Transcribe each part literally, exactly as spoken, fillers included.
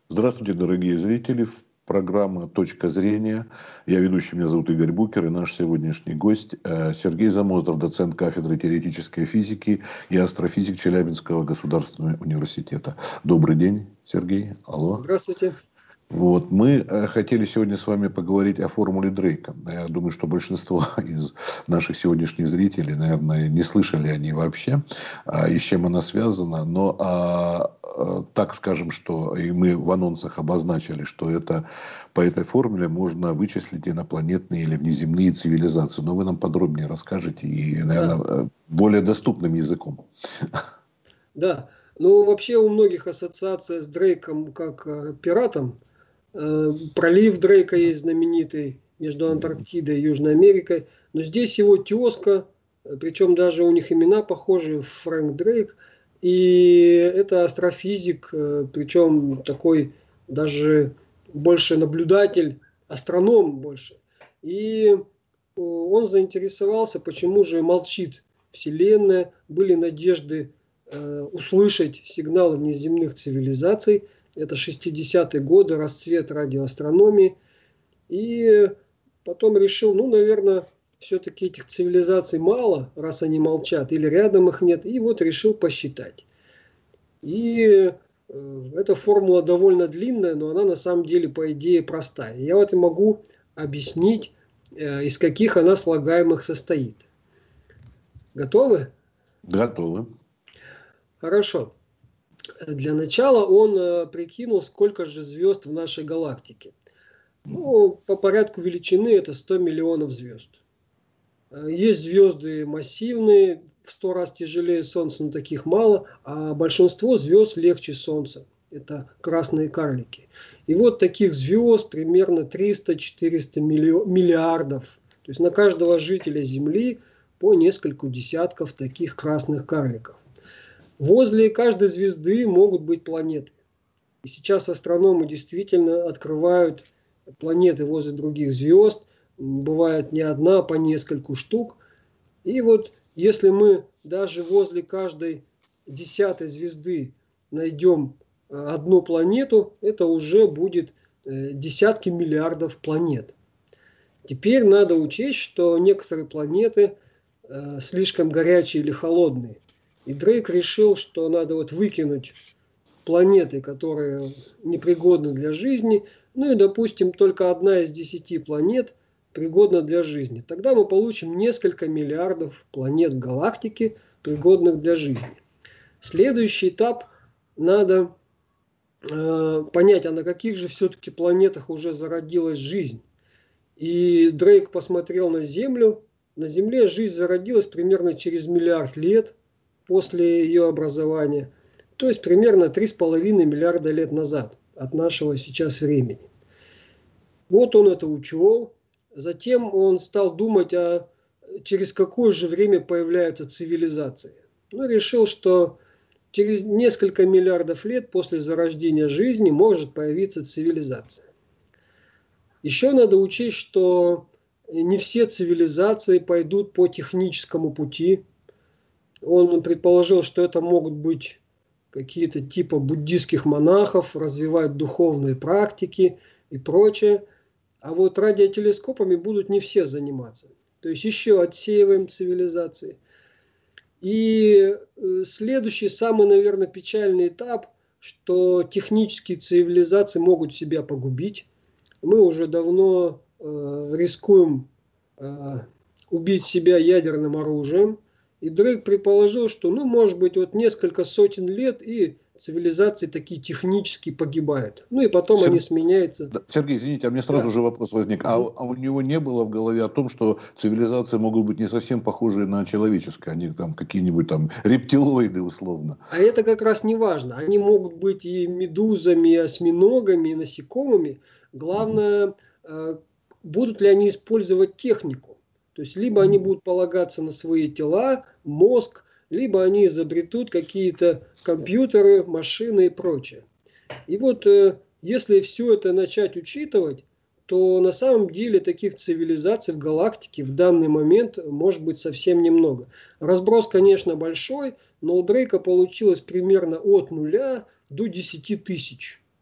Здравствуйте, дорогие зрители. Программа «Точка зрения». Я ведущий, меня зовут Игорь Букер, и наш сегодняшний гость э, Сергей Замоздов, доцент кафедры теоретической физики и астрофизик Челябинского государственного университета. Добрый день, Сергей. Алло. Здравствуйте. Вот, мы э, хотели сегодня с вами поговорить о формуле Дрейка. Я думаю, что большинство из наших сегодняшних зрителей, наверное, не слышали о ней вообще, а, и с чем она связана. Но а, а, так скажем, что и мы в анонсах обозначили, что это по этой формуле можно вычислить инопланетные или внеземные цивилизации. Но вы нам подробнее расскажете и, наверное, Да. более доступным языком. Да. Ну, вообще у многих ассоциация с Дрейком как э, пиратом. Э, пролив Дрейка есть знаменитый между Антарктидой и Южной Америкой. Но здесь его тезка, э, причем даже у них имена похожи, Фрэнк Дрейк. И это астрофизик, э, причем такой даже больше наблюдатель, астроном больше. И э, он заинтересовался, почему же молчит Вселенная. Были надежды э, услышать сигналы внеземных цивилизаций. Это шестидесятые годы, расцвет радиоастрономии. И потом решил, ну, наверное, все-таки этих цивилизаций мало, раз они молчат, или рядом их нет. И вот решил посчитать. И э, эта формула довольно длинная, но она на самом деле, по идее, простая. Я вот и могу объяснить, э, из каких она слагаемых состоит. Готовы? Готовы. Хорошо. Для начала он э, прикинул, сколько же звезд в нашей галактике. Ну, по порядку величины это сто миллионов звезд. Э, Есть звезды массивные, в сто раз тяжелее Солнца, но таких мало, а большинство звезд легче Солнца. Это красные карлики. И вот таких звезд примерно триста-четыреста миллиардов. То есть на каждого жителя Земли по нескольку десятков таких красных карликов. Возле каждой звезды могут быть планеты. И сейчас астрономы действительно открывают планеты возле других звезд. Бывает не одна, а по нескольку штук. И вот если мы даже возле каждой десятой звезды найдем одну планету, это уже будет десятки миллиардов планет. Теперь надо учесть, что некоторые планеты слишком горячие или холодные. И Дрейк решил, что надо вот выкинуть планеты, которые непригодны для жизни. Ну и, допустим, только одна из десяти планет пригодна для жизни. Тогда мы получим несколько миллиардов планет в галактике, пригодных для жизни. Следующий этап надо э, понять, а на каких же все-таки планетах уже зародилась жизнь. И Дрейк посмотрел на Землю. На Земле жизнь зародилась примерно через миллиард лет после ее образования, то есть примерно три с половиной миллиарда лет назад от нашего сейчас времени. Вот он это учел. Затем он стал думать, а через какое же время появляются цивилизации. Ну, решил, что через несколько миллиардов лет после зарождения жизни может появиться цивилизация. Еще надо учесть, что не все цивилизации пойдут по техническому пути. Он предположил, что это могут быть какие-то типа буддийских монахов, развивать духовные практики и прочее. А вот радиотелескопами будут не все заниматься. То есть еще отсеиваем цивилизации. И следующий, самый, наверное, печальный этап, что технические цивилизации могут себя погубить. Мы уже давно э, рискуем э, убить себя ядерным оружием. И Дрейк предположил, что, ну, может быть, вот несколько сотен лет, и цивилизации такие технически погибают. Ну, и потом Сергей, они сменяются. Сергей, извините, а мне сразу Да. же вопрос возник. А, а у него не было в голове о том, что цивилизации могут быть не совсем похожие на человеческие, они там какие-нибудь там рептилоиды условно. А это как раз не важно. Они могут быть и медузами, и осьминогами, и насекомыми. Главное, э, будут ли они использовать технику. То есть, либо они будут полагаться на свои тела, мозг, либо они изобретут какие-то компьютеры, машины и прочее. И вот э, если все это начать учитывать, то на самом деле таких цивилизаций в галактике в данный момент может быть совсем немного. Разброс, конечно, большой, но у Дрейка получилось примерно от нуля до десяти тысяч.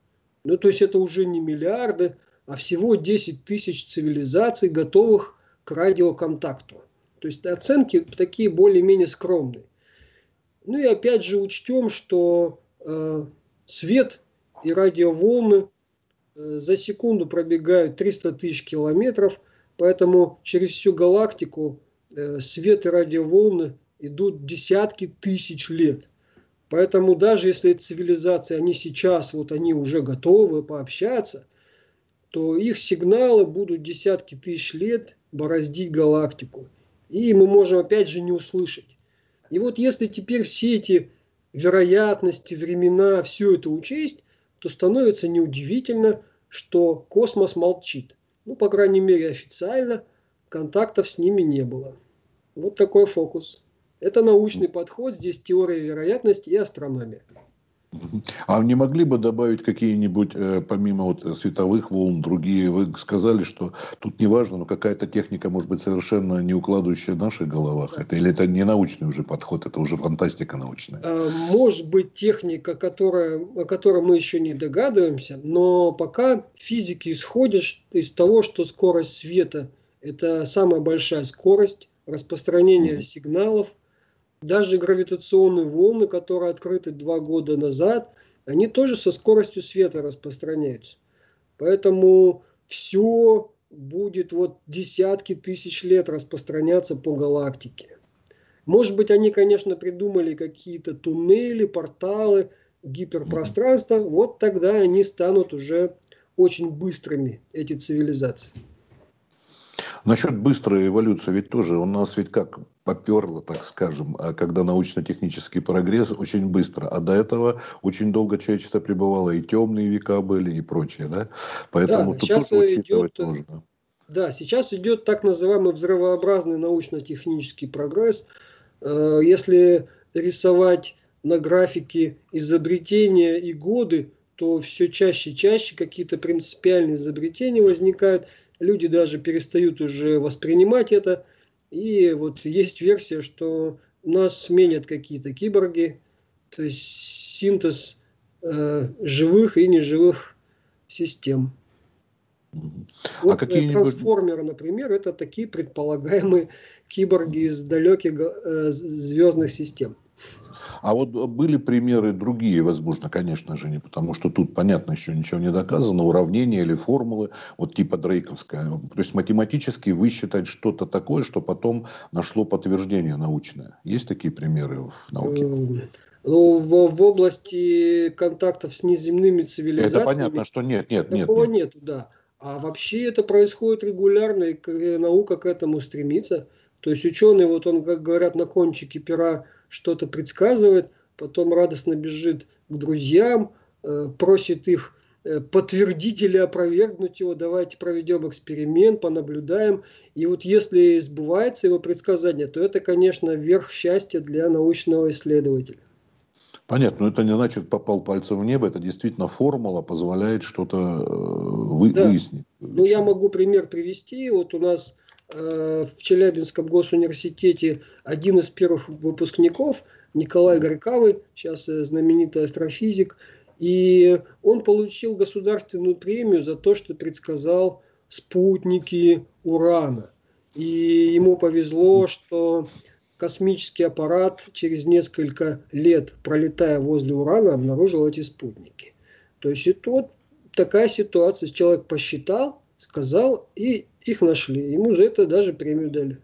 Ну, то есть это уже не миллиарды, а всего десять тысяч цивилизаций, готовых к радиоконтакту. То есть оценки такие более-менее скромные. Ну и опять же учтем, что э, свет и радиоволны э, за секунду пробегают триста тысяч километров, поэтому через всю галактику э, свет и радиоволны идут десятки тысяч лет. Поэтому даже если цивилизации, они сейчас, вот они уже готовы пообщаться, то их сигналы будут десятки тысяч лет бороздить галактику. И мы можем опять же не услышать. И вот если теперь все эти вероятности, времена, все это учесть, то становится неудивительно, что космос молчит. Ну, по крайней мере, официально контактов с ними не было. Вот такой фокус. Это научный подход, здесь теория вероятности и астрономия. А не могли бы добавить какие-нибудь, э, помимо вот световых волн, другие? Вы сказали, что тут не важно, но какая-то техника может быть совершенно не укладывающая в наших головах. Это, или это не научный уже подход, это уже фантастика научная? Может быть техника, которая, о которой мы еще не догадываемся, но пока физики исходят из того, что скорость света – это самая большая скорость распространения mm-hmm. сигналов. Даже гравитационные волны, которые открыты два года назад, они тоже со скоростью света распространяются. Поэтому все будет вот десятки тысяч лет распространяться по галактике. Может быть, они, конечно, придумали какие-то туннели, порталы, гиперпространства. Вот тогда они станут уже очень быстрыми, эти цивилизации. Насчет быстрой эволюции, ведь тоже у нас ведь как поперло, так скажем, когда научно-технический прогресс очень быстро, а до этого очень долго человечество пребывало, и темные века были, и прочее, да? Поэтому да, тут тоже учитывать идет, нужно. Да, сейчас идет так называемый взрывообразный научно-технический прогресс. Если рисовать на графике изобретения и годы, то все чаще и чаще какие-то принципиальные изобретения возникают. Люди даже перестают уже воспринимать это. И вот есть версия, что нас сменят какие-то киборги, то есть синтез э, живых и неживых систем. Вот а какие-нибудь... трансформеры, например, это такие предполагаемые киборги из далеких э, звездных систем. А вот были примеры другие, возможно, конечно же, не потому что тут, понятно, еще ничего не доказано, уравнения или формулы, вот типа Дрейковская. То есть математически высчитать что-то такое, что потом нашло подтверждение научное. Есть такие примеры в науке? Ну, в, в области контактов с неземными цивилизациями... Это понятно, что нет, нет, нет. Такого нет. нету, да. А вообще это происходит регулярно, и наука к этому стремится. То есть ученый, вот он, как говорят, на кончике пера что-то предсказывает, потом радостно бежит к друзьям, э, просит их э, подтвердить или опровергнуть его, давайте проведем эксперимент, понаблюдаем. И вот если сбывается его предсказание, то это, конечно, верх счастья для научного исследователя. Понятно, но это не значит попал пальцем в небо, это действительно формула позволяет что-то вы, да. выяснить. Ну, я могу пример привести. Вот у нас э, в Челябинском госуниверситете один из первых выпускников, Николай Горькавый, сейчас э, знаменитый астрофизик, и он получил государственную премию за то, что предсказал спутники Урана. И ему повезло, что космический аппарат через несколько лет, пролетая возле Урана, обнаружил эти спутники. То есть это вот такая ситуация. Человек посчитал, сказал, и их нашли. Ему за это даже премию дали.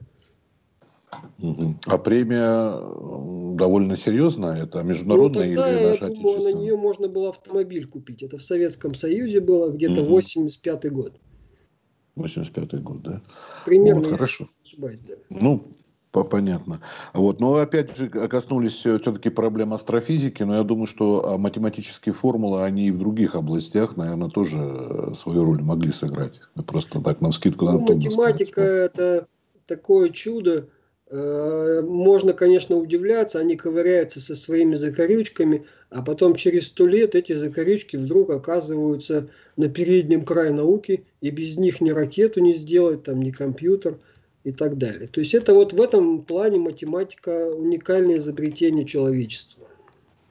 А премия довольно серьезная? Это международная ну, или наша я думаю, на нее можно было автомобиль купить. Это в Советском Союзе было где-то угу. восемьдесят пятый год. восемьдесят пятый год, да? Примерно. Вот, хорошо. Ошибаюсь, да. Ну, понятно. Вот. Но опять же коснулись все-таки проблем астрофизики, но я думаю, что математические формулы, они и в других областях, наверное, тоже свою роль могли сыграть. Просто так навскидку ну, надо математика это такое чудо. Можно, конечно, удивляться, они ковыряются со своими закорючками, а потом через сто лет эти закорючки вдруг оказываются на переднем крае науки, и без них ни ракету не сделать, там, ни компьютер и так далее. То есть это вот в этом плане математика уникальное изобретение человечества.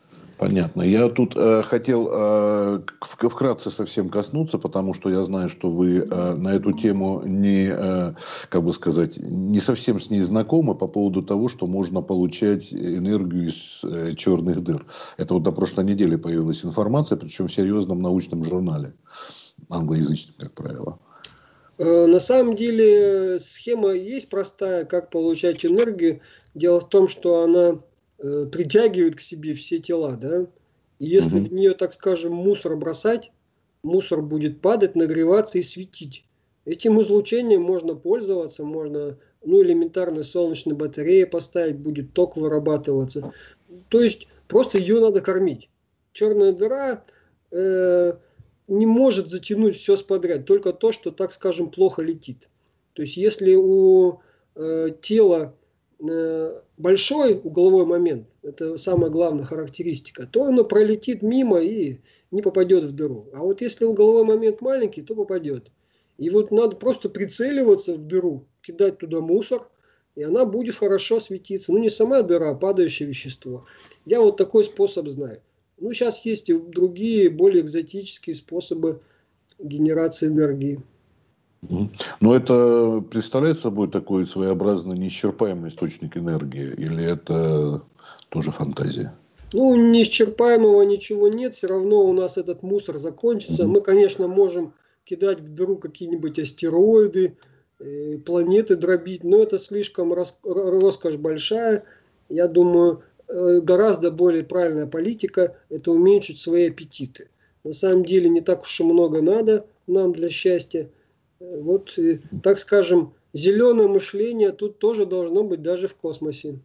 Понятно. Я тут э, хотел э, в- вкратце совсем коснуться, потому что я знаю, что вы э, на эту тему не, э, как бы сказать, не совсем с ней знакомы по поводу того, что можно получать энергию из э, черных дыр. Это вот на прошлой неделе появилась информация, причем в серьезном научном журнале, англоязычном, как правило. Э, На самом деле схема есть простая, как получать энергию. Дело в том, что она э, притягивает к себе все тела, да. И если Мгм. в нее, так скажем, мусор бросать, мусор будет падать, нагреваться и светить. Этим излучением можно пользоваться, можно, ну, элементарно солнечные батареи поставить, будет ток вырабатываться. То есть просто ее надо кормить. Черная дыра э, не может затянуть все подряд, только то, что, так скажем, плохо летит. То есть если у э, тела э, большой угловой момент, это самая главная характеристика, то оно пролетит мимо и не попадет в дыру. А вот если угловой момент маленький, то попадет. И вот надо просто прицеливаться в дыру, кидать туда мусор, и она будет хорошо светиться. Ну, не сама дыра, а падающее вещество. Я вот такой способ знаю. Ну, сейчас есть и другие, более экзотические способы генерации энергии. Мгм. Но это представляет собой такой своеобразный неисчерпаемый источник энергии, или это тоже фантазия? Ну, неисчерпаемого ничего нет, все равно у нас этот мусор закончится. Мгм. Мы, конечно, можем кидать в дыру какие-нибудь астероиды, э, планеты дробить, но это слишком рос- ро- роскошь большая. Я думаю, э, гораздо более правильная политика – это уменьшить свои аппетиты. На самом деле не так уж и много надо нам для счастья. Э, Вот, э, так скажем, зеленое мышление тут тоже должно быть даже в космосе.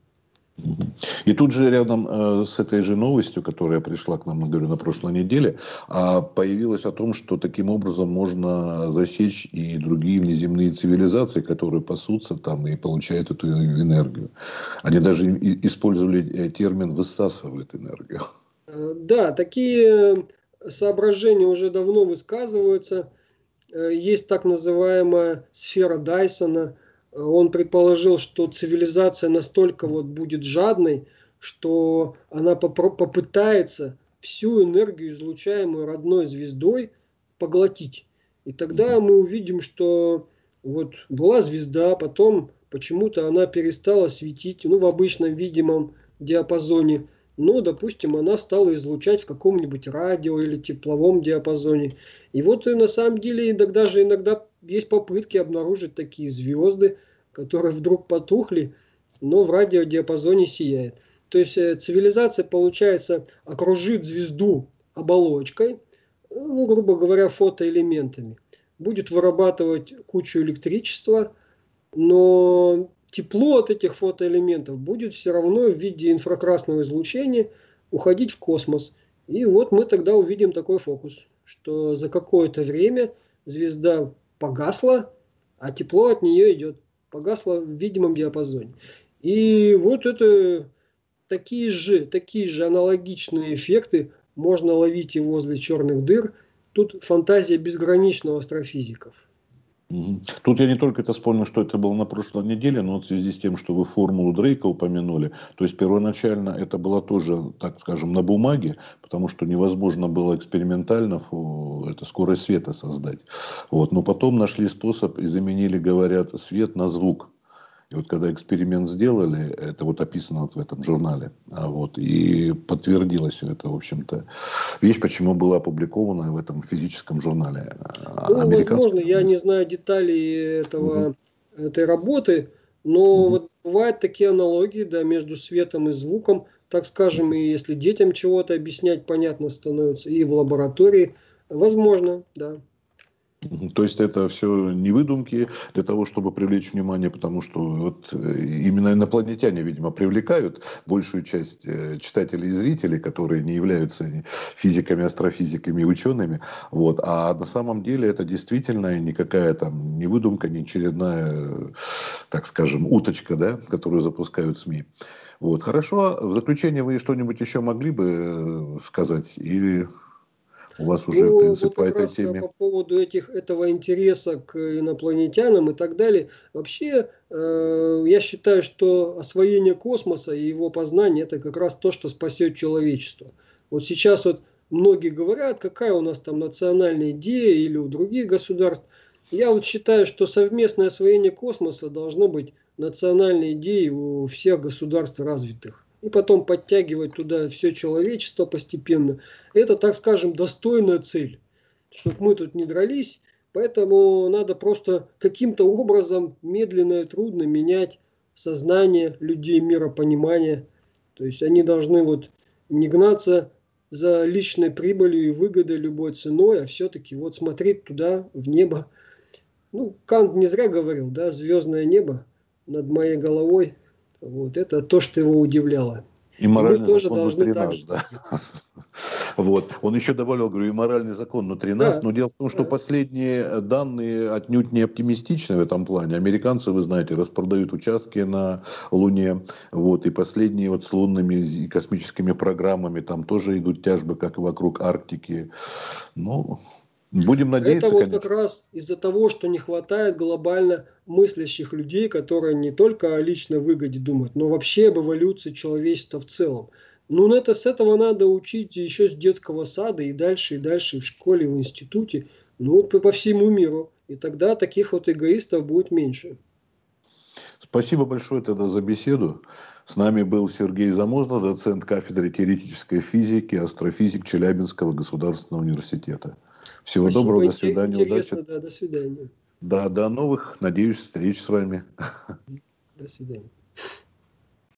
И тут же рядом э, с этой же новостью, которая пришла к нам, говорю, на прошлой неделе, а, появилось о том, что таким образом можно засечь и другие внеземные цивилизации, которые пасутся там и получают эту энергию. Они даже и- использовали э, термин «высасывает энергию». Э, Да, такие соображения уже давно высказываются. Э, Есть так называемая сфера Дайсона. Э, Он предположил, что цивилизация настолько вот будет жадной, что она попро- попытается всю энергию, излучаемую родной звездой, поглотить. И тогда мы увидим, что вот была звезда, потом почему-то она перестала светить, ну, в обычном видимом диапазоне. Но, допустим, она стала излучать в каком-нибудь радио или тепловом диапазоне. И вот и на самом деле иногда же иногда есть попытки обнаружить такие звезды, которые вдруг потухли, но в радиодиапазоне сияет. То есть э, цивилизация, получается, окружит звезду оболочкой, э, ну, грубо говоря, фотоэлементами, будет вырабатывать кучу электричества, но тепло от этих фотоэлементов будет все равно в виде инфракрасного излучения уходить в космос. И вот мы тогда увидим такой фокус, что за какое-то время звезда погасла, а тепло от нее идет. Погасло в видимом диапазоне. И вот это такие же, такие же аналогичные эффекты можно ловить и возле черных дыр. Тут фантазия безграничного астрофизиков. Мгм. Тут я не только это вспомнил, что это было на прошлой неделе, но вот в связи с тем, что вы формулу Дрейка упомянули, то есть первоначально это было тоже, так скажем, на бумаге, потому что невозможно было экспериментально фу, это скорость света создать. Вот. Но потом нашли способ и заменили, говорят, свет на звук. И вот когда эксперимент сделали, это вот описано вот в этом журнале, а вот, и подтвердилось это, в общем-то, вещь, почему была опубликована в этом физическом журнале а, Ну, возможно, американском. я не знаю деталей Мгм. этого, этой работы, но Мгм. вот бывают такие аналогии, да, между светом и звуком, так скажем, и если детям чего-то объяснять, понятно становится, и в лаборатории, возможно, да. Мгм. То есть это все не выдумки для того, чтобы привлечь внимание, потому что вот э, именно инопланетяне, видимо, привлекают большую часть э, читателей и зрителей, которые не являются ни физиками, астрофизиками и учеными. Вот. А на самом деле это действительно никакая там не выдумка, не очередная, э, так скажем, уточка, да, которую запускают СМИ. Вот. Хорошо. В заключение вы что-нибудь еще могли бы э, сказать? Или У вас уже, Ну, в принципе, вот по как этой раз теме. по поводу этих, этого интереса к инопланетянам и так далее. Вообще, э, я считаю, что освоение космоса и его познание – это как раз то, что спасет человечество. Вот сейчас вот многие говорят, какая у нас там национальная идея или у других государств. Я вот считаю, что совместное освоение космоса должно быть национальной идеей у всех государств развитых. И потом подтягивать туда все человечество постепенно. Это, так скажем, достойная цель, чтобы мы тут не дрались. Поэтому надо просто каким-то образом медленно и трудно менять сознание людей, миропонимание. То есть они должны вот не гнаться за личной прибылью и выгодой любой ценой, а все-таки вот смотреть туда, в небо. Ну, Кант не зря говорил, да, звездное небо над моей головой. Вот это то, что его удивляло. И И мы моральный тоже закон должны внутри так нас, же да. двигаться. Вот. Он еще добавлял, говорю, и моральный закон внутри нас. Да, Но дело в том, что да. последние данные отнюдь не оптимистичны в этом плане. Американцы, вы знаете, распродают участки на Луне. Вот. И последние вот с лунными и космическими программами там тоже идут тяжбы, как и вокруг Арктики. Ну, будем Это надеяться, вот как конечно. раз из-за того, что не хватает глобально мыслящих людей, которые не только о личной выгоде думают, но вообще об эволюции человечества в целом. Ну, на это, с этого надо учить еще с детского сада и дальше, и дальше в школе, в институте, ну, по, по всему миру. И тогда таких вот эгоистов будет меньше. Спасибо большое тогда за беседу. С нами был Сергей Замозло, доцент кафедры теоретической физики, астрофизик Челябинского государственного университета. Всего Спасибо, доброго, до свидания, удачи. интересно, да, до свидания. Да, до новых, надеюсь, встреч с вами. До свидания.